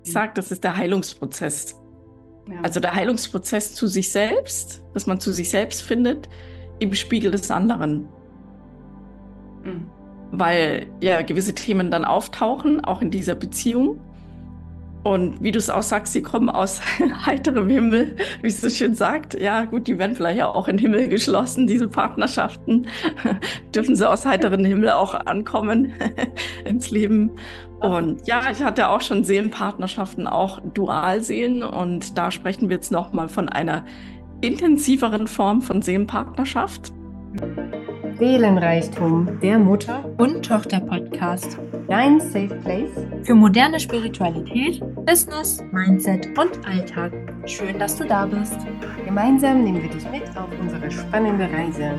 Ich sage, das ist der Heilungsprozess. Ja. Also der Heilungsprozess zu sich selbst, dass man zu sich selbst findet, im Spiegel des anderen. Mhm. Weil ja gewisse Themen dann auftauchen, auch in dieser Beziehung. Und wie du es auch sagst, sie kommen aus heiterem Himmel, wie es so schön sagt. Ja, gut, die werden vielleicht auch in den Himmel geschlossen, diese Partnerschaften. Dürfen sie aus heiterem Himmel auch ankommen ins Leben. Und ja, ich hatte auch schon Seelenpartnerschaften, auch Dualseelen. Und da sprechen wir jetzt nochmal von einer intensiveren Form von Seelenpartnerschaft. Seelenreichtum, der Mutter- und Tochter-Podcast. Dein Safe Place für moderne Spiritualität, Business, Mindset und Alltag. Schön, dass du da bist. Gemeinsam nehmen wir dich mit auf unsere spannende Reise.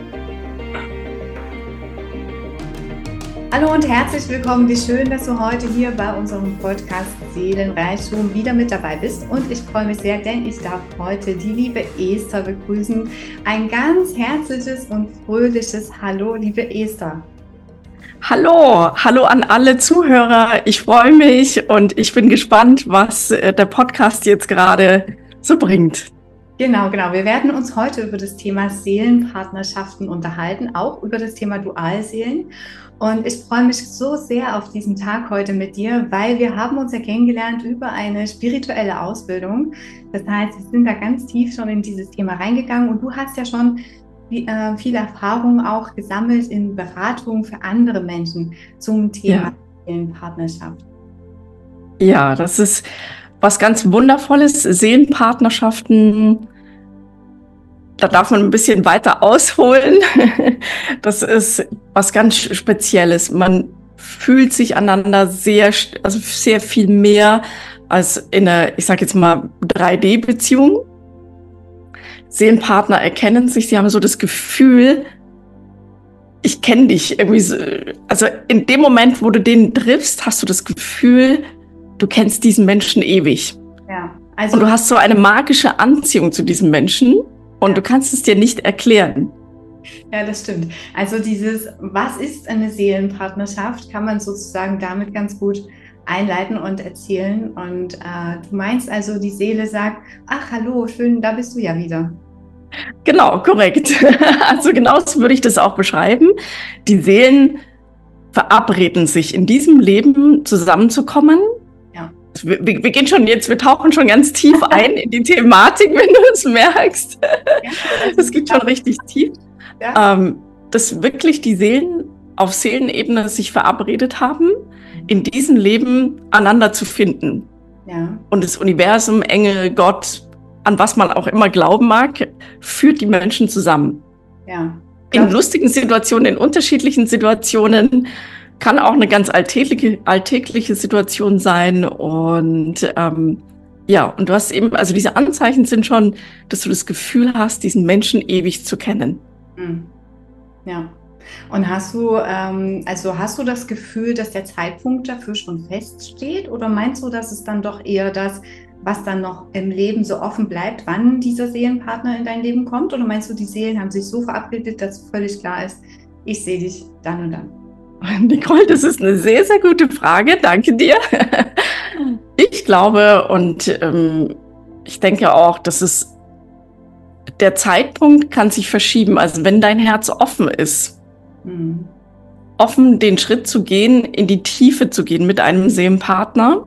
Hallo und herzlich willkommen. Wie schön, dass du heute hier bei unserem Podcast Seelenreichtum wieder mit dabei bist. Und ich freue mich sehr, denn ich darf heute die liebe Esther begrüßen. Ein ganz herzliches und fröhliches Hallo, liebe Esther. Hallo an alle Zuhörer. Ich freue mich und ich bin gespannt, was der Podcast jetzt gerade so bringt. Genau. Wir werden uns heute über das Thema Seelenpartnerschaften unterhalten, auch über das Thema Dualseelen. Und ich freue mich so sehr auf diesen Tag heute mit dir, weil wir haben uns ja kennengelernt über eine spirituelle Ausbildung. Das heißt, wir sind da ganz tief schon in dieses Thema reingegangen und du hast ja schon viel Erfahrung auch gesammelt in Beratung für andere Menschen zum Thema Seelenpartnerschaft. Ja, das ist was ganz Wundervolles. Seelenpartnerschaften, da darf man ein bisschen weiter ausholen. Das ist was ganz Spezielles. Man fühlt sich einander sehr viel mehr als in einer, ich sage jetzt mal, 3D-Beziehung. Seelenpartner erkennen sich, sie haben so das Gefühl, ich kenne dich irgendwie so. Also in dem Moment, wo du den triffst, hast du das Gefühl, du kennst diesen Menschen ewig. Ja, und du hast so eine magische Anziehung zu diesem Menschen und du kannst es dir nicht erklären. Ja, das stimmt. Also was ist eine Seelenpartnerschaft, kann man sozusagen damit ganz gut einleiten und erzählen. Und du meinst also, die Seele sagt, ach, hallo, schön, da bist du ja wieder. Genau, korrekt. Also genau so würde ich das auch beschreiben. Die Seelen verabreden sich in diesem Leben zusammenzukommen. Ja. Wir gehen schon jetzt, wir tauchen schon ganz tief ein in die Thematik, wenn du es merkst. Es geht schon richtig tief. Ja. Dass wirklich die Seelen auf Seelenebene sich verabredet haben, in diesem Leben einander zu finden. Ja. Und das Universum, Engel, Gott, an was man auch immer glauben mag, führt die Menschen zusammen. Ja. In lustigen Situationen, in unterschiedlichen Situationen, kann auch eine ganz alltägliche Situation sein. Und und du hast eben, also diese Anzeichen sind schon, dass du das Gefühl hast, diesen Menschen ewig zu kennen. Ja. Und hast du das Gefühl, dass der Zeitpunkt dafür schon feststeht? Oder meinst du, dass es dann doch eher das, was dann noch im Leben so offen bleibt, wann dieser Seelenpartner in dein Leben kommt? Oder meinst du, die Seelen haben sich so verabredet, dass völlig klar ist, ich sehe dich dann und dann? Nicole, das ist eine sehr, sehr gute Frage. Danke dir. Ich glaube und ich denke auch, dass der Zeitpunkt kann sich verschieben. Also wenn dein Herz offen ist, offen den Schritt zu gehen, in die Tiefe zu gehen mit einem Seelenpartner,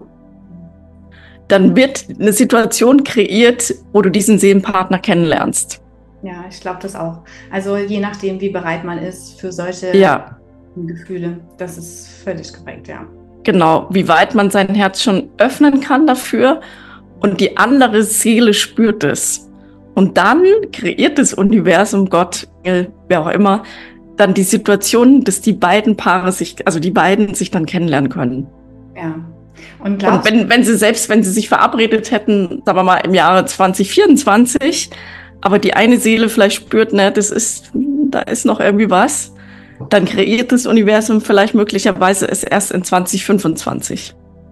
dann wird eine Situation kreiert, wo du diesen Seelenpartner kennenlernst. Ja, ich glaube das auch. Also je nachdem, wie bereit man ist für solche Gefühle, das ist völlig korrekt, ja. Genau, wie weit man sein Herz schon öffnen kann dafür und die andere Seele spürt es. Und dann kreiert das Universum, Gott, wer auch immer, dann die Situation, dass die beiden sich dann kennenlernen können. Ja. Und wenn sie sich verabredet hätten, sagen wir mal im Jahre 2024, aber die eine Seele vielleicht spürt, da ist noch irgendwie was, dann kreiert das Universum vielleicht möglicherweise es erst in 2025.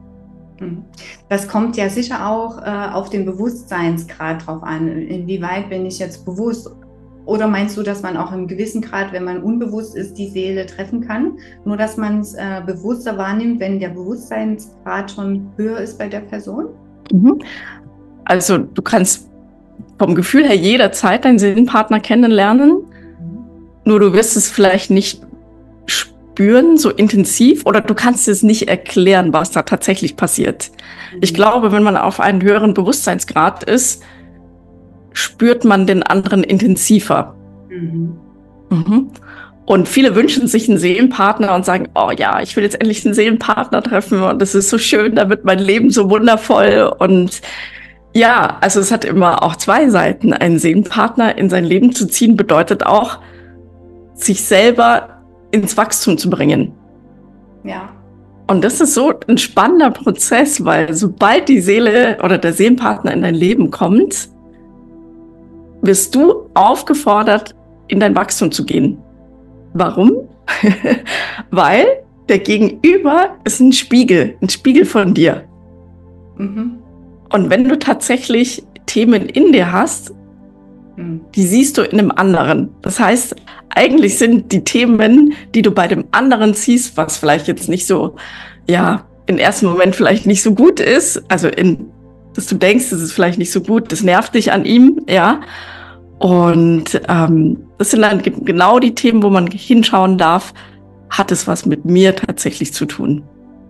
Das kommt ja sicher auch auf den Bewusstseinsgrad drauf an. Inwieweit bin ich jetzt bewusst Oder meinst du, dass man auch im gewissen Grad, wenn man unbewusst ist, die Seele treffen kann? Nur, dass man es bewusster wahrnimmt, wenn der Bewusstseinsgrad schon höher ist bei der Person? Mhm. Also du kannst vom Gefühl her jederzeit deinen Seelenpartner kennenlernen, nur du wirst es vielleicht nicht spüren, so intensiv, oder du kannst es nicht erklären, was da tatsächlich passiert. Ich glaube, wenn man auf einen höheren Bewusstseinsgrad ist, spürt man den anderen intensiver. Mhm. Und viele wünschen sich einen Seelenpartner und sagen, oh ja, ich will jetzt endlich einen Seelenpartner treffen und das ist so schön, da wird mein Leben so wundervoll. Und ja, also es hat immer auch zwei Seiten. Einen Seelenpartner in sein Leben zu ziehen bedeutet auch, sich selber ins Wachstum zu bringen. Ja. Und das ist so ein spannender Prozess, weil sobald die Seele oder der Seelenpartner in dein Leben kommt, wirst du aufgefordert, in dein Wachstum zu gehen. Warum? Weil der Gegenüber ist ein Spiegel von dir. Mhm. Und wenn du tatsächlich Themen in dir hast, die siehst du in einem anderen. Das heißt, eigentlich sind die Themen, die du bei dem anderen siehst, was vielleicht jetzt nicht so, ja, im ersten Moment vielleicht nicht so gut ist, also dass du denkst, das ist vielleicht nicht so gut, das nervt dich an ihm, ja. Und das sind dann genau die Themen, wo man hinschauen darf, hat es was mit mir tatsächlich zu tun?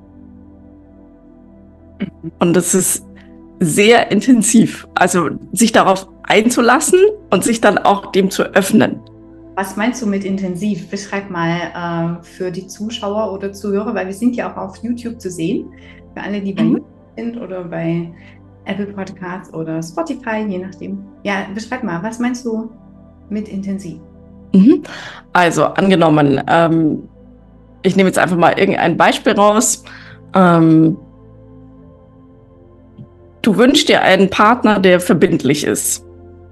Und das ist sehr intensiv, also sich darauf einzulassen und sich dann auch dem zu öffnen. Was meinst du mit intensiv? Beschreib mal für die Zuschauer oder Zuhörer, weil wir sind ja auch auf YouTube zu sehen, für alle, die bei YouTube sind oder bei Apple Podcasts oder Spotify, je nachdem. Ja, beschreib mal, was meinst du mit intensiv? Also angenommen, ich nehme jetzt einfach mal irgendein Beispiel raus. Du wünschst dir einen Partner, der verbindlich ist.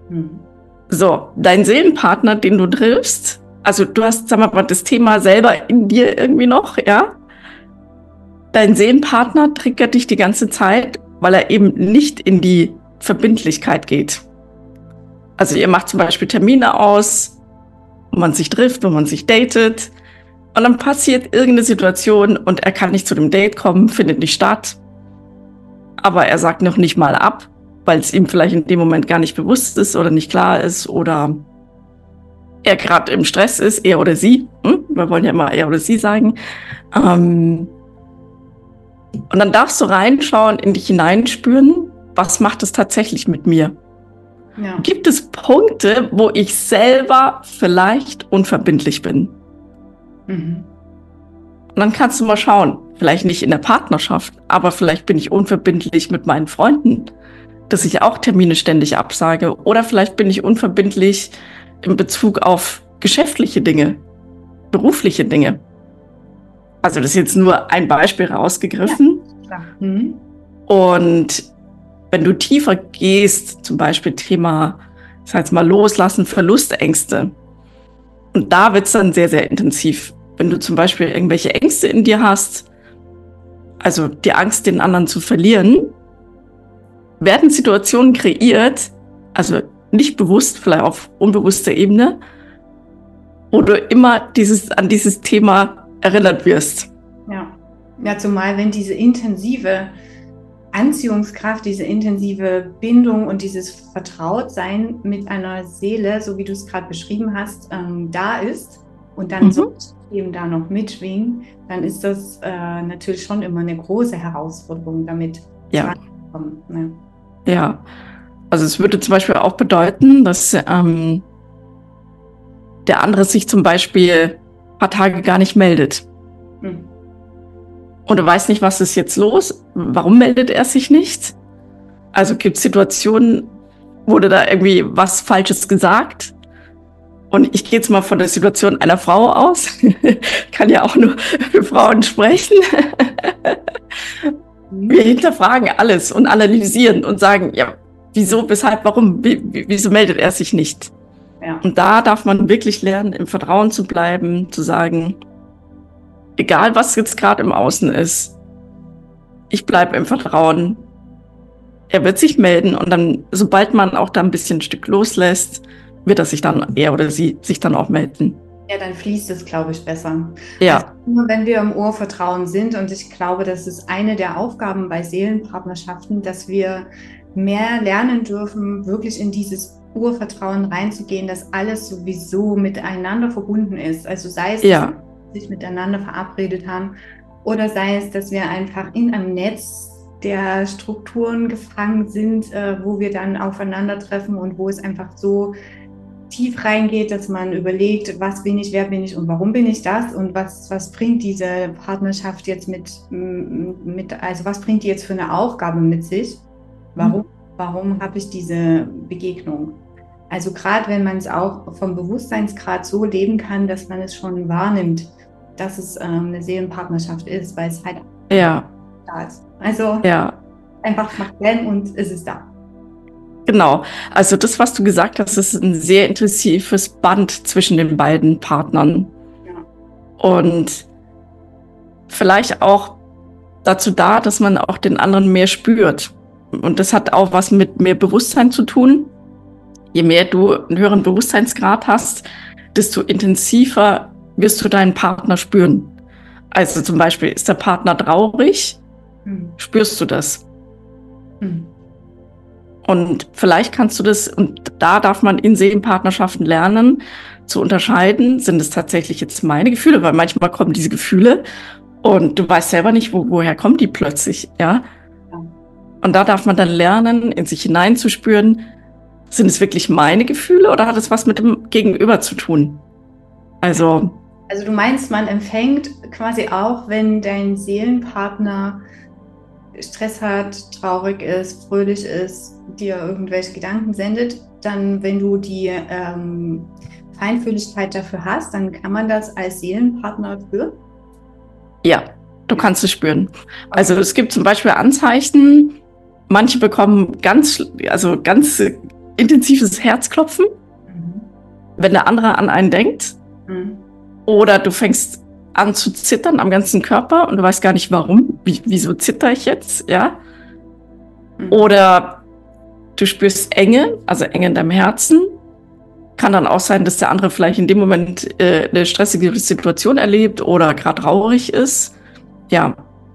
So, dein Seelenpartner, den du triffst, also du hast, sagen wir mal, das Thema selber in dir irgendwie noch, ja? Dein Seelenpartner triggert dich die ganze Zeit, weil er eben nicht in die Verbindlichkeit geht. Also ihr macht zum Beispiel Termine aus, wo man sich trifft, wo man sich datet, und dann passiert irgendeine Situation und er kann nicht zu dem Date kommen, findet nicht statt. Aber er sagt noch nicht mal ab, weil es ihm vielleicht in dem Moment gar nicht bewusst ist oder nicht klar ist oder er gerade im Stress ist, er oder sie. Wir wollen ja immer er oder sie sagen. Und dann darfst du reinschauen, in dich hineinspüren, was macht es tatsächlich mit mir? Ja. Gibt es Punkte, wo ich selber vielleicht unverbindlich bin? Und dann kannst du mal schauen, vielleicht nicht in der Partnerschaft, aber vielleicht bin ich unverbindlich mit meinen Freunden, dass ich auch Termine ständig absage. Oder vielleicht bin ich unverbindlich in Bezug auf geschäftliche Dinge, berufliche Dinge. Also das ist jetzt nur ein Beispiel rausgegriffen. Ja, klar. Und wenn du tiefer gehst, zum Beispiel Thema, ich sag jetzt mal Loslassen, Verlustängste. Und da wird es dann sehr, sehr intensiv. Wenn du zum Beispiel irgendwelche Ängste in dir hast, also die Angst, den anderen zu verlieren, werden Situationen kreiert, also nicht bewusst, vielleicht auf unbewusster Ebene, wo du immer an dieses Thema erinnert wirst. Ja, zumal wenn diese intensive Anziehungskraft, diese intensive Bindung und dieses Vertrautsein mit einer Seele, so wie du es gerade beschrieben hast, da ist und dann so eben da noch mitschwingen, dann ist das natürlich schon immer eine große Herausforderung, damit reinzukommen. Ne? Ja, also es würde zum Beispiel auch bedeuten, dass der andere sich zum Beispiel ein paar Tage gar nicht meldet. Und du weißt nicht, was ist jetzt los? Warum meldet er sich nicht? Also gibt es Situationen, wurde da irgendwie was Falsches gesagt? Und ich gehe jetzt mal von der Situation einer Frau aus. Kann ja auch nur für Frauen sprechen. Wir hinterfragen alles und analysieren und sagen, ja, wieso, weshalb, warum, wieso meldet er sich nicht? Ja. Und da darf man wirklich lernen, im Vertrauen zu bleiben, zu sagen, egal was jetzt gerade im Außen ist, ich bleibe im Vertrauen. Er wird sich melden und dann, sobald man auch da ein bisschen ein Stück loslässt, wird er sich dann, er oder sie sich dann auch melden. Ja, dann fließt es, glaube ich, besser. Ja. Also nur wenn wir im Urvertrauen sind, und ich glaube, das ist eine der Aufgaben bei Seelenpartnerschaften, dass wir mehr lernen dürfen, wirklich in dieses Urvertrauen reinzugehen, dass alles sowieso miteinander verbunden ist. Also sei es, dass Ja. wir sich miteinander verabredet haben, oder sei es, dass wir einfach in einem Netz der Strukturen gefangen sind, wo wir dann aufeinandertreffen und wo es einfach so tief reingeht, dass man überlegt, was bin ich, wer bin ich und warum bin ich das und was bringt diese Partnerschaft jetzt also was bringt die jetzt für eine Aufgabe mit sich? Warum habe ich diese Begegnung? Also gerade wenn man es auch vom Bewusstseinsgrad so leben kann, dass man es schon wahrnimmt, dass es eine Seelenpartnerschaft ist, weil es halt Ja. da ist. Also Ja. einfach macht Lärm und es ist da. Genau. Also das, was du gesagt hast, ist ein sehr intensives Band zwischen den beiden Partnern. Ja. Und vielleicht auch dazu da, dass man auch den anderen mehr spürt. Und das hat auch was mit mehr Bewusstsein zu tun. Je mehr du einen höheren Bewusstseinsgrad hast, desto intensiver wirst du deinen Partner spüren. Also zum Beispiel, ist der Partner traurig, spürst du das. Und vielleicht kannst du das, und da darf man in Seelenpartnerschaften lernen, zu unterscheiden, sind es tatsächlich jetzt meine Gefühle, weil manchmal kommen diese Gefühle und du weißt selber nicht, woher kommen die plötzlich, ja? Und da darf man dann lernen, in sich hineinzuspüren, sind es wirklich meine Gefühle oder hat es was mit dem Gegenüber zu tun? Also du meinst, man empfängt quasi auch, wenn dein Seelenpartner Stress hat, traurig ist, fröhlich ist, dir irgendwelche Gedanken sendet, dann, wenn du die Feinfühligkeit dafür hast, dann kann man das als Seelenpartner spüren? ja, du kannst es spüren. Also es gibt zum Beispiel Anzeichen, manche bekommen ganz intensives Herzklopfen, wenn der andere an einen denkt. Oder du fängst an zu zittern am ganzen Körper und du weißt gar nicht warum. Wieso zitter ich jetzt? Ja. Oder du spürst Enge, also Enge in deinem Herzen. Kann dann auch sein, dass der andere vielleicht in dem Moment eine stressige Situation erlebt oder gerade traurig ist. Ja.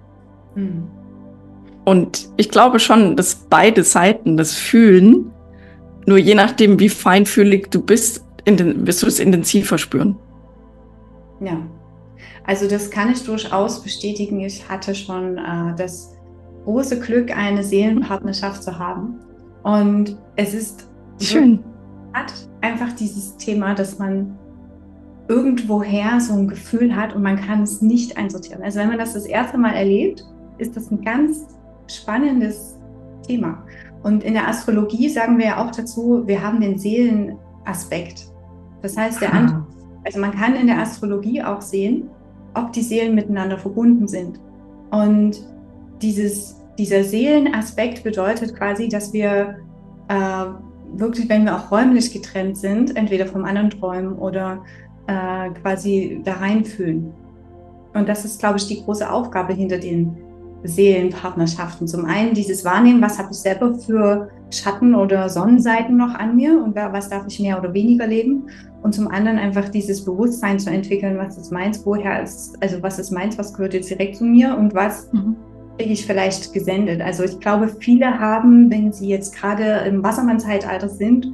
Und ich glaube schon, dass beide Seiten das fühlen. Nur je nachdem, wie feinfühlig du bist, wirst du es intensiver spüren. Ja. Also das kann ich durchaus bestätigen. Ich hatte schon das große Glück, eine Seelenpartnerschaft zu haben. Und es ist schön. Hat einfach dieses Thema, dass man irgendwoher so ein Gefühl hat und man kann es nicht einsortieren. Also wenn man das erste Mal erlebt, ist das ein ganz spannendes Thema. Und in der Astrologie sagen wir ja auch dazu, wir haben den Seelenaspekt. Das heißt, also man kann in der Astrologie auch sehen, ob die Seelen miteinander verbunden sind. Und dieser Seelenaspekt bedeutet quasi, dass wir wirklich, wenn wir auch räumlich getrennt sind, entweder vom anderen träumen oder quasi da reinfühlen. Und das ist, glaube ich, die große Aufgabe hinter den Seelenpartnerschaften. Zum einen dieses Wahrnehmen, was habe ich selber für Schatten oder Sonnenseiten noch an mir und was darf ich mehr oder weniger leben. Und zum anderen einfach dieses Bewusstsein zu entwickeln, was ist meins, was ist meins, was gehört jetzt direkt zu mir und was kriege ich vielleicht gesendet. Also ich glaube, viele haben, wenn sie jetzt gerade im Wassermann-Zeitalter sind,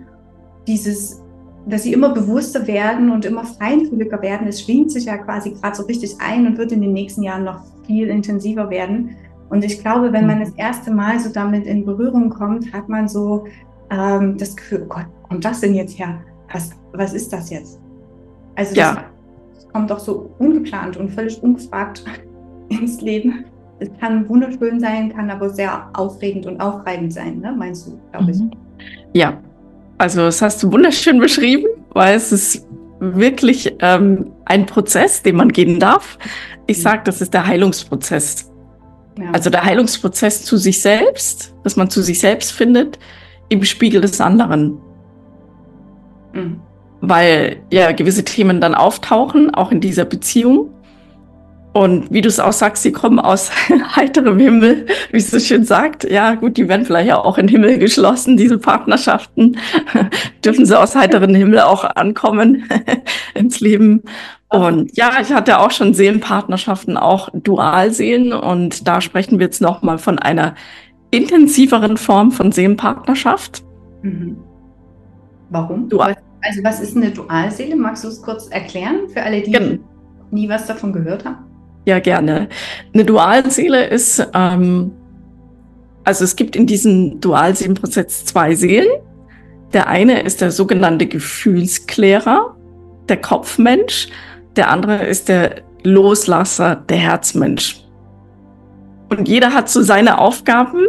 dass sie immer bewusster werden und immer feinfühliger werden. Es schwingt sich ja quasi gerade so richtig ein und wird in den nächsten Jahren noch viel intensiver werden. Und ich glaube, wenn man das erste Mal so damit in Berührung kommt, hat man so das Gefühl, oh Gott, wo kommt das denn jetzt her? Was ist das jetzt? Also das kommt doch so ungeplant und völlig ungefragt ins Leben. Es kann wunderschön sein, kann aber sehr aufregend und aufreibend sein, ne? Meinst du, glaube ich? Ja, also das hast du wunderschön beschrieben, weil es ist wirklich ein Prozess, den man gehen darf. Ich sage, das ist der Heilungsprozess. Ja. Also der Heilungsprozess zu sich selbst, dass man zu sich selbst findet, im Spiegel des anderen. Weil ja gewisse Themen dann auftauchen, auch in dieser Beziehung. Und wie du es auch sagst, sie kommen aus heiterem Himmel, wie es so schön sagt. Ja, gut, die werden vielleicht auch in den Himmel geschlossen, diese Partnerschaften. Dürfen sie aus heiterem Himmel auch ankommen ins Leben. Und ja, ich hatte auch schon Seelenpartnerschaften, auch Dualseelen. Und da sprechen wir jetzt nochmal von einer intensiveren Form von Seelenpartnerschaft. Mhm. Warum? Dual. Also was ist eine Dualseele? Magst du es kurz erklären für alle, die nie was davon gehört haben? Ja, gerne. Eine Dualseele ist, also es gibt in diesem Dualseelenprozess 2 Seelen. Der eine ist der sogenannte Gefühlsklärer, der Kopfmensch. Der andere ist der Loslasser, der Herzmensch. Und jeder hat so seine Aufgaben.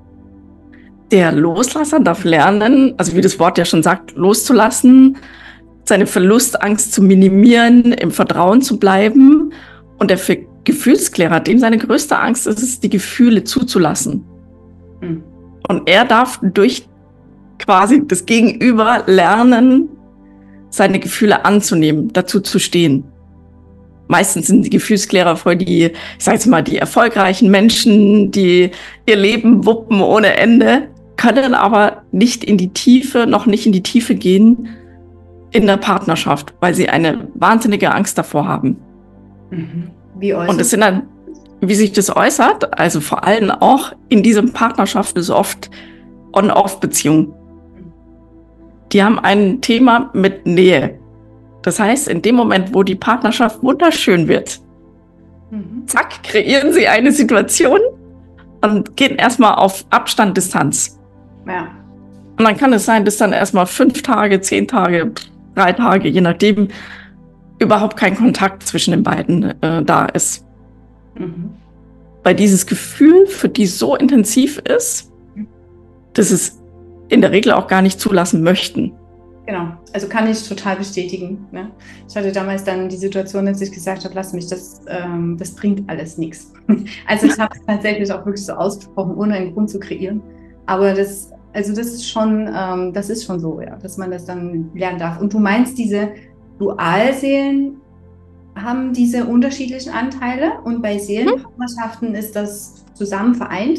Der Loslasser darf lernen, also wie das Wort ja schon sagt, loszulassen, seine Verlustangst zu minimieren, im Vertrauen zu bleiben. Und der Gefühlsklärer, dem seine größte Angst ist es, die Gefühle zuzulassen. Mhm. Und er darf durch quasi das Gegenüber lernen, seine Gefühle anzunehmen, dazu zu stehen. Meistens sind die Gefühlsklärer voll die, ich sage jetzt mal, die erfolgreichen Menschen, die ihr Leben wuppen ohne Ende, können aber nicht in die Tiefe, noch nicht in die Tiefe gehen in der Partnerschaft, weil sie eine wahnsinnige Angst davor haben. Mhm. Wie äußert? Und es sind dann, wie sich das äußert, also vor allem auch in diesen Partnerschaften ist oft On-Off-Beziehungen. Die haben ein Thema mit Nähe. Das heißt, in dem Moment, wo die Partnerschaft wunderschön wird, zack, kreieren sie eine Situation und gehen erstmal auf Abstand, Distanz. Ja. Und dann kann es sein, dass dann erstmal 5 Tage, 10 Tage, 3 Tage, je nachdem, überhaupt kein Kontakt zwischen den beiden da ist. Mhm. Weil dieses Gefühl für die so intensiv ist, dass es in der Regel auch gar nicht zulassen möchten. Genau, also kann ich total bestätigen. Ne? Ich hatte damals dann die Situation, dass ich gesagt habe, lass mich, das bringt alles nichts. Also ich habe es tatsächlich auch wirklich so ausgesprochen, ohne einen Grund zu kreieren. Aber das ist schon so, ja, dass man das dann lernen darf. Und du meinst, diese Dualseelen haben diese unterschiedlichen Anteile und bei Seelenpartnerschaften ist das zusammen vereint?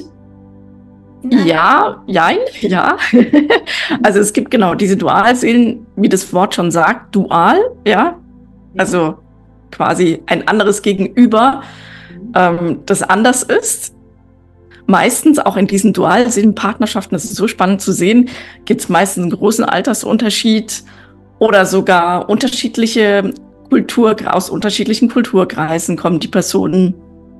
Ja. Also es gibt genau diese Dualseelen, wie das Wort schon sagt, dual, ja. Also quasi ein anderes Gegenüber, das anders ist. Meistens auch in diesen Dualseelenpartnerschaften, das ist so spannend zu sehen, gibt es meistens einen großen Altersunterschied oder sogar aus unterschiedlichen Kulturkreisen kommen die Personen.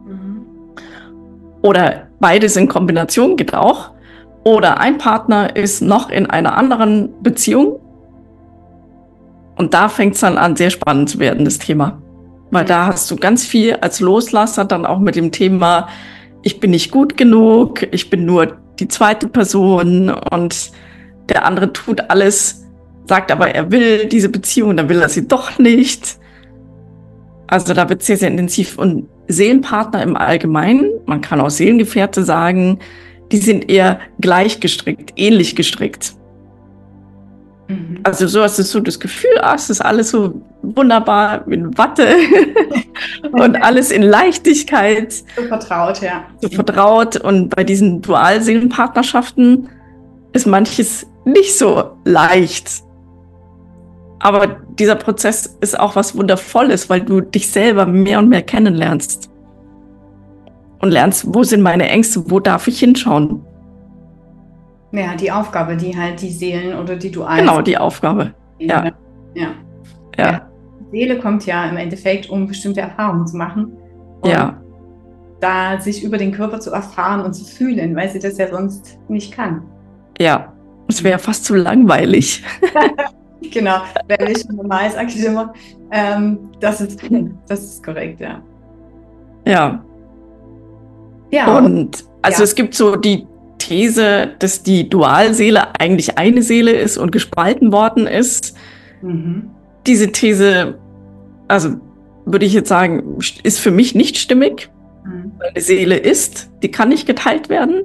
Oder beides in Kombination geht auch. Oder ein Partner ist noch in einer anderen Beziehung. Und da fängt es dann an, sehr spannend zu werden, das Thema. Weil da hast du ganz viel als Loslasser dann auch mit dem Thema, ich bin nicht gut genug, ich bin nur die zweite Person und der andere tut alles, sagt aber, er will diese Beziehung, dann will er sie doch nicht. Also da wird es sehr, sehr intensiv. Und Seelenpartner im Allgemeinen, man kann auch Seelengefährte sagen, die sind eher gleich gestrickt, ähnlich gestrickt. Mhm. Also so hast du so das Gefühl, es ist alles so wunderbar in Watte und alles in Leichtigkeit. So vertraut, ja. So vertraut. Und bei diesen Dualseelenpartnerschaften ist manches nicht so leicht. Aber dieser Prozess ist auch was Wundervolles, weil du dich selber mehr und mehr kennenlernst. Und lernst, wo sind meine Ängste, wo darf ich hinschauen? Ja, die Aufgabe, die halt die Seelen oder die Dualen. Genau, die Aufgabe. Ja. Die Seele kommt ja im Endeffekt, um bestimmte Erfahrungen zu machen. Und da sich über den Körper zu erfahren und zu fühlen, weil sie das ja sonst nicht kann. Ja, es wäre fast zu langweilig. Genau, wäre nicht normal, sage ich immer. Das ist korrekt, ja. Ja. Ja. Und also es gibt so die These, dass die Dualseele eigentlich eine Seele ist und gespalten worden ist. Mhm. Diese These, also würde ich jetzt sagen, ist für mich nicht stimmig. Weil eine Seele ist, die kann nicht geteilt werden.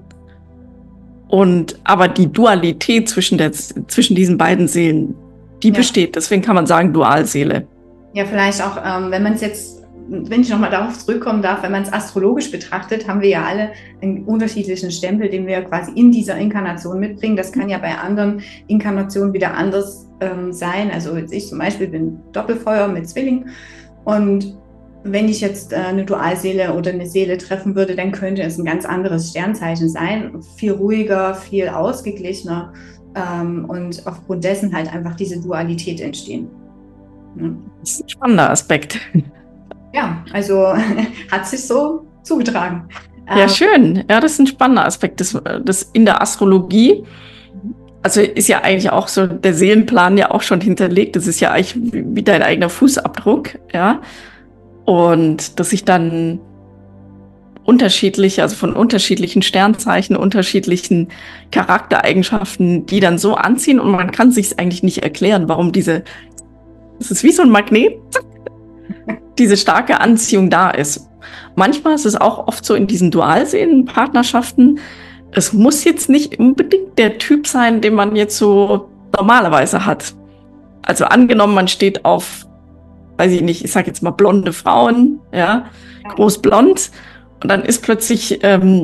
Aber die Dualität zwischen diesen beiden Seelen, die besteht. Deswegen kann man sagen Dualseele. Ja, vielleicht auch, wenn man es jetzt wenn ich nochmal darauf zurückkommen darf, wenn man es astrologisch betrachtet, haben wir ja alle einen unterschiedlichen Stempel, den wir quasi in dieser Inkarnation mitbringen. Das kann ja bei anderen Inkarnationen wieder anders sein. Also jetzt ich zum Beispiel bin Doppelfeuer mit Zwilling, und wenn ich jetzt eine Dualseele oder eine Seele treffen würde, dann könnte es ein ganz anderes Sternzeichen sein, viel ruhiger, viel ausgeglichener, und aufgrund dessen halt einfach diese Dualität entstehen. Ja. Das ist ein spannender Aspekt. Ja, also hat sich so zugetragen. Ja, schön. Ja, das ist ein spannender Aspekt das in der Astrologie. Also ist ja eigentlich auch so der Seelenplan ja auch schon hinterlegt. Das ist ja eigentlich wie dein eigener Fußabdruck, ja. Und dass sich dann also von unterschiedlichen Sternzeichen, unterschiedlichen Charaktereigenschaften, die dann so anziehen, und man kann sich eigentlich nicht erklären, warum das ist wie so ein Magnet, diese starke Anziehung da ist. Manchmal ist es auch oft so in diesen Dualseelenpartnerschaften, es muss jetzt nicht unbedingt der Typ sein, den man jetzt so normalerweise hat. Also angenommen, man steht auf, weiß ich nicht, ich sag jetzt mal blonde Frauen, ja, großblond, und dann ist plötzlich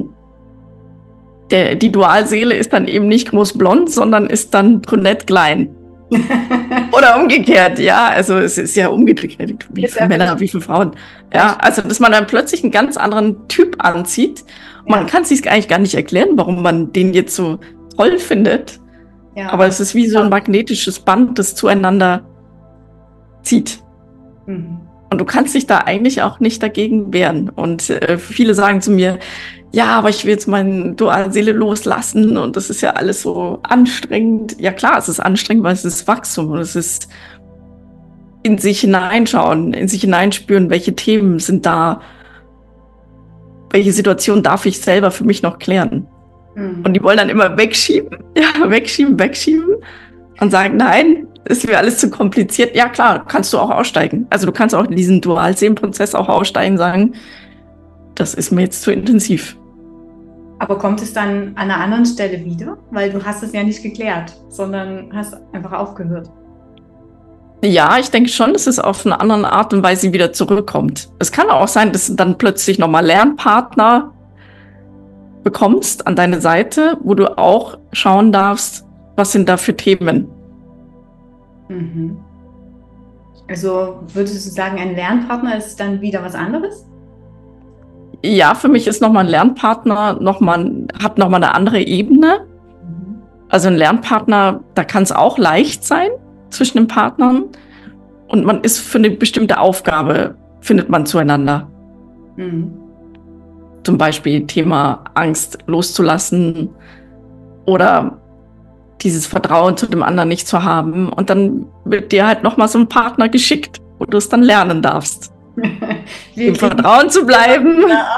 die Dualseele ist dann eben nicht großblond, sondern ist dann brünett klein. Oder umgekehrt, ja, also es ist ja umgekehrt, wie viele Männer, wie viele Frauen. Ja, also dass man dann plötzlich einen ganz anderen Typ anzieht. Man kann es sich eigentlich gar nicht erklären, warum man den jetzt so toll findet. Ja. Aber es ist wie so ein magnetisches Band, das zueinander zieht. Mhm. Und du kannst dich da eigentlich auch nicht dagegen wehren. Und viele sagen zu mir, ja, aber ich will jetzt meine Dualseele loslassen und das ist ja alles so anstrengend. Ja klar, es ist anstrengend, weil es ist Wachstum und es ist in sich hineinschauen, in sich hineinspüren, welche Themen sind da, welche Situation darf ich selber für mich noch klären. Mhm. Und die wollen dann immer wegschieben und sagen, nein, ist mir alles zu kompliziert. Ja klar, kannst du auch aussteigen. Also du kannst auch in diesen Dualseelenprozess auch aussteigen, sagen, das ist mir jetzt zu intensiv. Aber kommt es dann an einer anderen Stelle wieder? Weil du hast es ja nicht geklärt, sondern hast einfach aufgehört. Ja, ich denke schon, dass es auf eine andere Art und Weise wieder zurückkommt. Es kann auch sein, dass du dann plötzlich nochmal Lernpartner bekommst an deine Seite, wo du auch schauen darfst, was sind da für Themen. Mhm. Also würdest du sagen, ein Lernpartner ist dann wieder was anderes? Ja, für mich ist nochmal ein Lernpartner hat nochmal eine andere Ebene. Mhm. Also ein Lernpartner, da kann es auch leicht sein zwischen den Partnern und man ist für eine bestimmte Aufgabe, findet man zueinander. Mhm. Zum Beispiel Thema Angst loszulassen oder dieses Vertrauen zu dem anderen nicht zu haben. Und dann wird dir halt nochmal so ein Partner geschickt, wo du es dann lernen darfst. Im Vertrauen zu bleiben.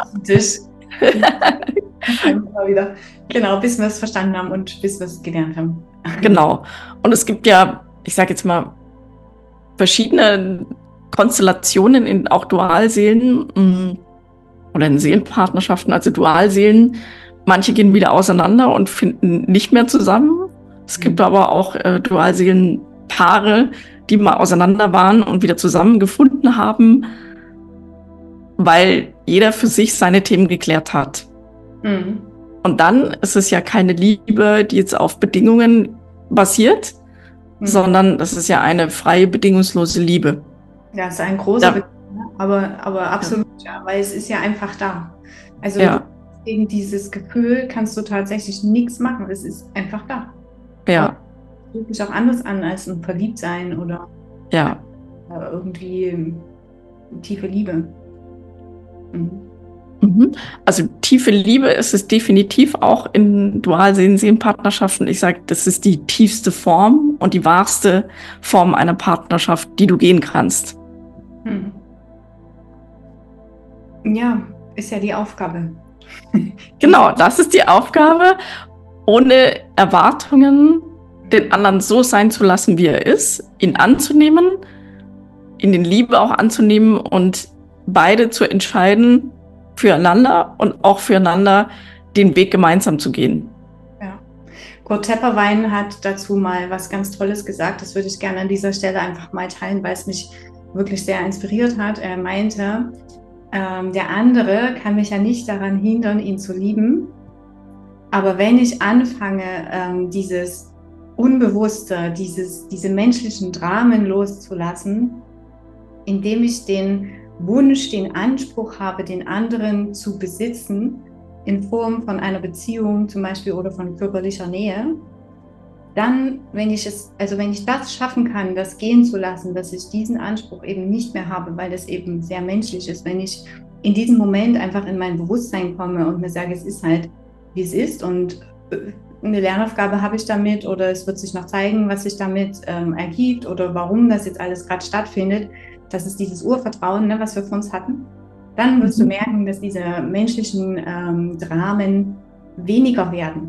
Genau, bis wir es verstanden haben und bis wir es gelernt haben. Genau. Und es gibt ja, ich sage jetzt mal, verschiedene Konstellationen in auch Dualseelen oder in Seelenpartnerschaften, also Dualseelen. Manche gehen wieder auseinander und finden nicht mehr zusammen. Es gibt aber auch Dualseelenpaare, die mal auseinander waren und wieder zusammengefunden haben, weil jeder für sich seine Themen geklärt hat. Mhm. Und dann ist es ja keine Liebe, die jetzt auf Bedingungen basiert, sondern das ist ja eine freie, bedingungslose Liebe. Ja, es ist ein großer Begriff, aber absolut, ja, weil es ist ja einfach da. Also gegen dieses Gefühl kannst du tatsächlich nichts machen, es ist einfach da. Ja. Es fühlt sich auch anders an als ein Verliebtsein oder irgendwie tiefe Liebe. Mhm. Also tiefe Liebe ist es definitiv auch in Dualseelenpartnerschaften. Ich sage, das ist die tiefste Form und die wahrste Form einer Partnerschaft, die du gehen kannst. Ja, ist ja die Aufgabe. Genau, das ist die Aufgabe, ohne Erwartungen den anderen so sein zu lassen, wie er ist, ihn anzunehmen, ihn in Liebe auch anzunehmen und beide zu entscheiden, füreinander und auch füreinander den Weg gemeinsam zu gehen. Ja. Kurt Tepperwein hat dazu mal was ganz Tolles gesagt. Das würde ich gerne an dieser Stelle einfach mal teilen, weil es mich wirklich sehr inspiriert hat. Er meinte, der andere kann mich ja nicht daran hindern, ihn zu lieben. Aber wenn ich anfange, dieses Unbewusste, diese menschlichen Dramen loszulassen, indem ich den Wunsch, den Anspruch habe, den anderen zu besitzen, in Form von einer Beziehung zum Beispiel oder von körperlicher Nähe, dann, wenn ich das schaffen kann, das gehen zu lassen, dass ich diesen Anspruch eben nicht mehr habe, weil das eben sehr menschlich ist, wenn ich in diesem Moment einfach in mein Bewusstsein komme und mir sage, es ist halt, wie es ist und eine Lernaufgabe habe ich damit oder es wird sich noch zeigen, was sich damit ergibt oder warum das jetzt alles gerade stattfindet. Das ist dieses Urvertrauen, ne, was wir von uns hatten. Dann wirst du merken, dass diese menschlichen Dramen weniger werden.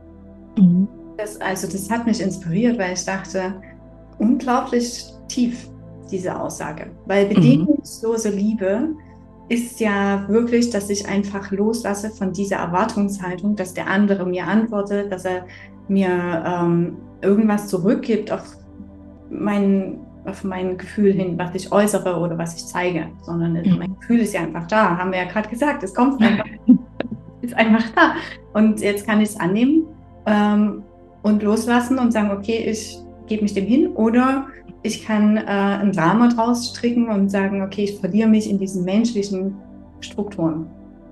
Das hat mich inspiriert, weil ich dachte, unglaublich tief, diese Aussage. Weil bedingungslose Liebe ist ja wirklich, dass ich einfach loslasse von dieser Erwartungshaltung, dass der andere mir antwortet, dass er mir irgendwas zurückgibt auf mein Gefühl hin, was ich äußere oder was ich zeige, sondern mein Gefühl ist ja einfach da, haben wir ja gerade gesagt, es kommt einfach, ist einfach da. Und jetzt kann ich es annehmen und loslassen und sagen, okay, ich gebe mich dem hin, oder ich kann ein Drama draus stricken und sagen, okay, ich verliere mich in diesen menschlichen Strukturen.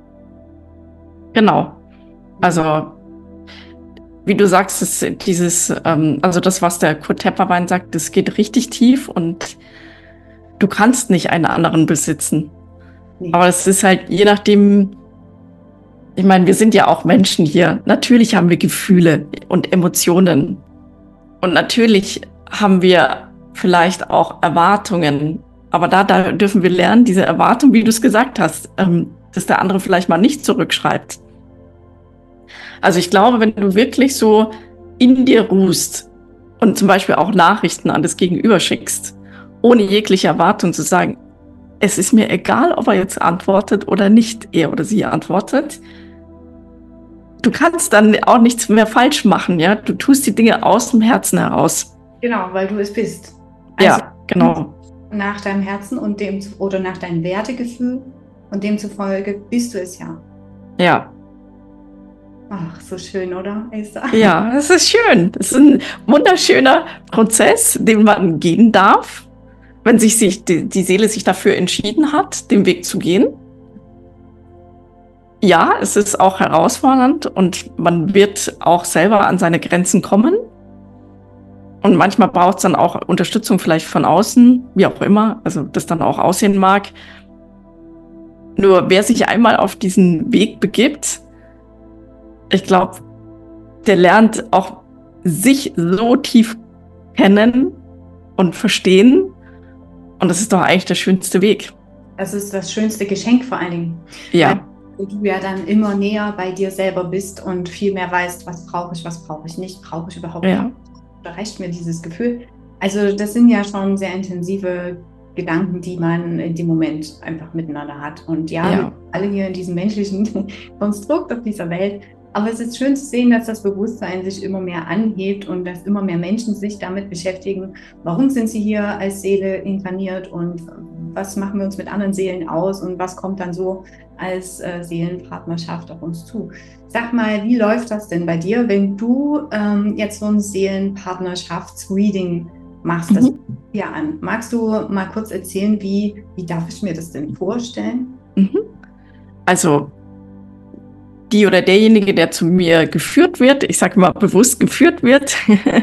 Genau. Also, wie du sagst, ist also das, was der Kurt Tepperwein sagt, das geht richtig tief und du kannst nicht einen anderen besitzen. Nee. Aber es ist halt je nachdem, ich meine, wir sind ja auch Menschen hier. Natürlich haben wir Gefühle und Emotionen. Und natürlich haben wir vielleicht auch Erwartungen. Aber da dürfen wir lernen, diese Erwartung, wie du es gesagt hast, dass der andere vielleicht mal nicht zurückschreibt. Also ich glaube, wenn du wirklich so in dir ruhst und zum Beispiel auch Nachrichten an das Gegenüber schickst, ohne jegliche Erwartung zu sagen, es ist mir egal, ob er jetzt antwortet oder nicht, er oder sie antwortet, du kannst dann auch nichts mehr falsch machen, ja? Du tust die Dinge aus dem Herzen heraus. Genau, weil du es bist. Also ja, genau. Nach deinem Herzen und oder nach deinem Wertegefühl und demzufolge bist du es ja. Ja. Ach, so schön, oder, Esther? Ja, es ist schön. Es ist ein wunderschöner Prozess, den man gehen darf, wenn die Seele sich dafür entschieden hat, den Weg zu gehen. Ja, es ist auch herausfordernd und man wird auch selber an seine Grenzen kommen. Und manchmal braucht es dann auch Unterstützung vielleicht von außen, wie auch immer, also das dann auch aussehen mag. Nur wer sich einmal auf diesen Weg begibt, ich glaube, der lernt auch sich so tief kennen und verstehen. Und das ist doch eigentlich der schönste Weg. Das ist das schönste Geschenk vor allen Dingen. Ja. Weil du ja dann immer näher bei dir selber bist und viel mehr weißt, was brauche ich nicht, brauche ich überhaupt nicht. Da reicht mir dieses Gefühl. Also das sind ja schon sehr intensive Gedanken, die man in dem Moment einfach miteinander hat. Und ja. Alle hier in diesem menschlichen Konstrukt auf dieser Welt. Aber es ist schön zu sehen, dass das Bewusstsein sich immer mehr anhebt und dass immer mehr Menschen sich damit beschäftigen, warum sind sie hier als Seele inkarniert und was machen wir uns mit anderen Seelen aus und was kommt dann so als Seelenpartnerschaft auf uns zu. Sag mal, wie läuft das denn bei dir, wenn du jetzt so ein Seelenpartnerschafts-Reading machst? Das ja an. Magst du mal kurz erzählen, wie darf ich mir das denn vorstellen? Also die oder derjenige, der zu mir geführt wird, ich sage mal bewusst geführt wird,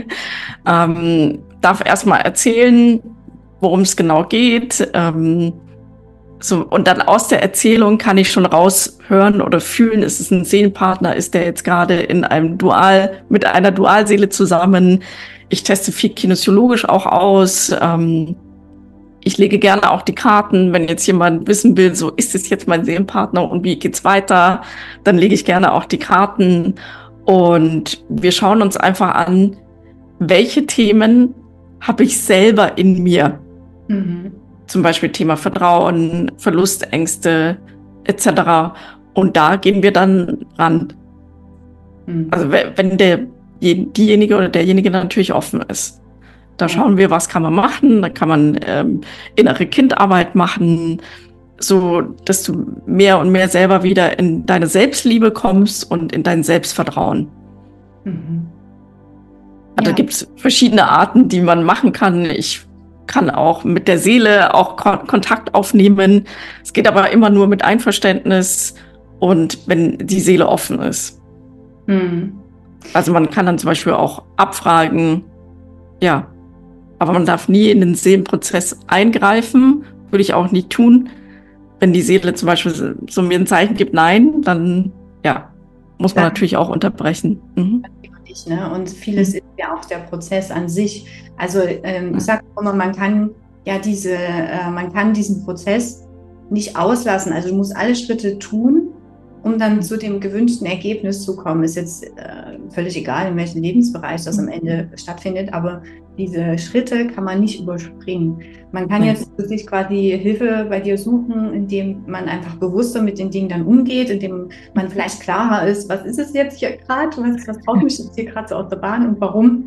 darf erstmal erzählen, worum es genau geht. Und dann aus der Erzählung kann ich schon raushören oder fühlen, ist es ein Seelenpartner, ist der jetzt gerade mit einer Dualseele zusammen. Ich teste viel kinesiologisch auch aus. Ich lege gerne auch die Karten, wenn jetzt jemand wissen will, so ist es jetzt mein Seelenpartner und wie geht's weiter, dann lege ich gerne auch die Karten und wir schauen uns einfach an, welche Themen habe ich selber in mir. Zum Beispiel Thema Vertrauen, Verlustängste etc. Und da gehen wir dann ran. Also wenn diejenige oder derjenige natürlich offen ist. Da schauen wir, was kann man machen. Da kann man innere Kindarbeit machen, so dass du mehr und mehr selber wieder in deine Selbstliebe kommst und in dein Selbstvertrauen. Mhm. Da Ja. gibt es verschiedene Arten, die man machen kann. Ich kann auch mit der Seele auch Kontakt aufnehmen. Es geht aber immer nur mit Einverständnis und wenn die Seele offen ist. Mhm. Also man kann dann zum Beispiel auch abfragen, ja, aber man darf nie in den Seelenprozess eingreifen, würde ich auch nie tun. Wenn die Seele zum Beispiel so mir ein Zeichen gibt, nein, dann ja, muss man natürlich auch unterbrechen. Mhm. Ne? Und vieles ist ja auch der Prozess an sich. Also ich sage immer, man kann diesen Prozess nicht auslassen. Also du musst alle Schritte tun, um dann zu dem gewünschten Ergebnis zu kommen. Ist jetzt völlig egal, in welchem Lebensbereich das am Ende stattfindet, aber diese Schritte kann man nicht überspringen. Man kann jetzt sich quasi Hilfe bei dir suchen, indem man einfach bewusster mit den Dingen dann umgeht, indem man vielleicht klarer ist, was ist es jetzt hier gerade, was haut mich jetzt hier gerade so aus der Bahn und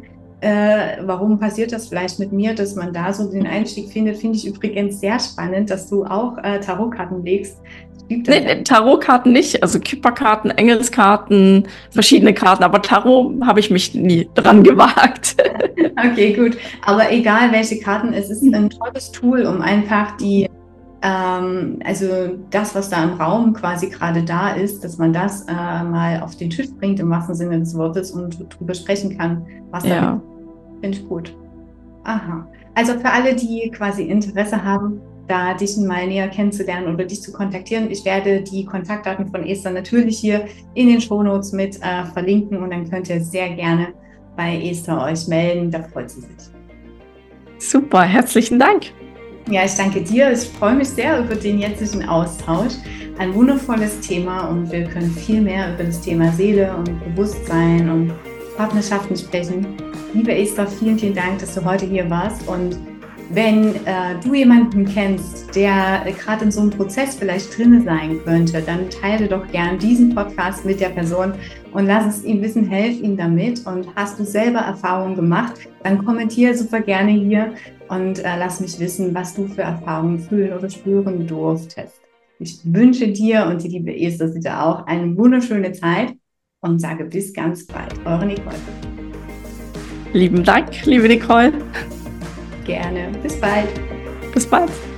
warum passiert das vielleicht mit mir, dass man da so den Einstieg findet, finde ich übrigens sehr spannend, dass du auch Tarotkarten legst. Nee, Tarotkarten nicht, also Kipperkarten, Engelskarten, verschiedene Karten, aber Tarot habe ich mich nie dran gewagt. Okay, gut. Aber egal welche Karten, es ist ein tolles Tool, um einfach also das, was da im Raum quasi gerade da ist, dass man das mal auf den Tisch bringt, im wahrsten Sinne des Wortes, und drüber sprechen kann, was da finde ich gut. Aha. Also für alle, die quasi Interesse haben, da dich mal näher kennenzulernen oder dich zu kontaktieren. Ich werde die Kontaktdaten von Esther natürlich hier in den Shownotes mit verlinken und dann könnt ihr sehr gerne bei Esther euch melden. Da freut sie sich. Super, herzlichen Dank. Ja, ich danke dir. Ich freue mich sehr über den jetzigen Austausch. Ein wundervolles Thema und wir können viel mehr über das Thema Seele und Bewusstsein und Partnerschaften sprechen. Liebe Esther, vielen, vielen Dank, dass du heute hier warst. Und wenn du jemanden kennst, der gerade in so einem Prozess vielleicht drin sein könnte, dann teile doch gern diesen Podcast mit der Person und lass es ihm wissen, helf ihm damit. Und hast du selber Erfahrungen gemacht, dann kommentiere super gerne hier und lass mich wissen, was du für Erfahrungen fühlen oder spüren durftest. Ich wünsche dir und die liebe Esther sicher auch eine wunderschöne Zeit und sage bis ganz bald. Eure Nicole. Lieben Dank, liebe Nicole. Gerne. Bis bald. Bis bald.